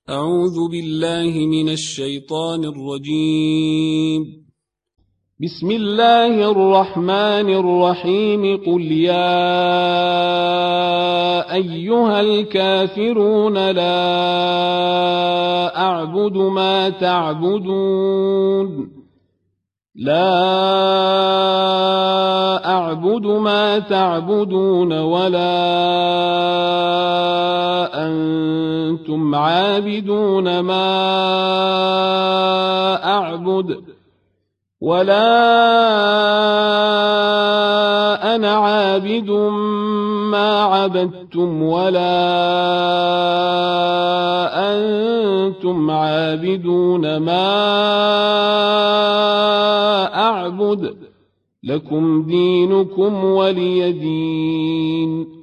أعوذ بالله من الشيطان الرجيم. بسم الله الرحمن الرحيم. قل يا أيها الكافرون لا أعبد ما تعبدون ولا أنتم عابدون ما أعبد ولا أنا عابد ما عبدتم ولا أنتم عابدون ما أعبد. لكم دينكم ولي دين.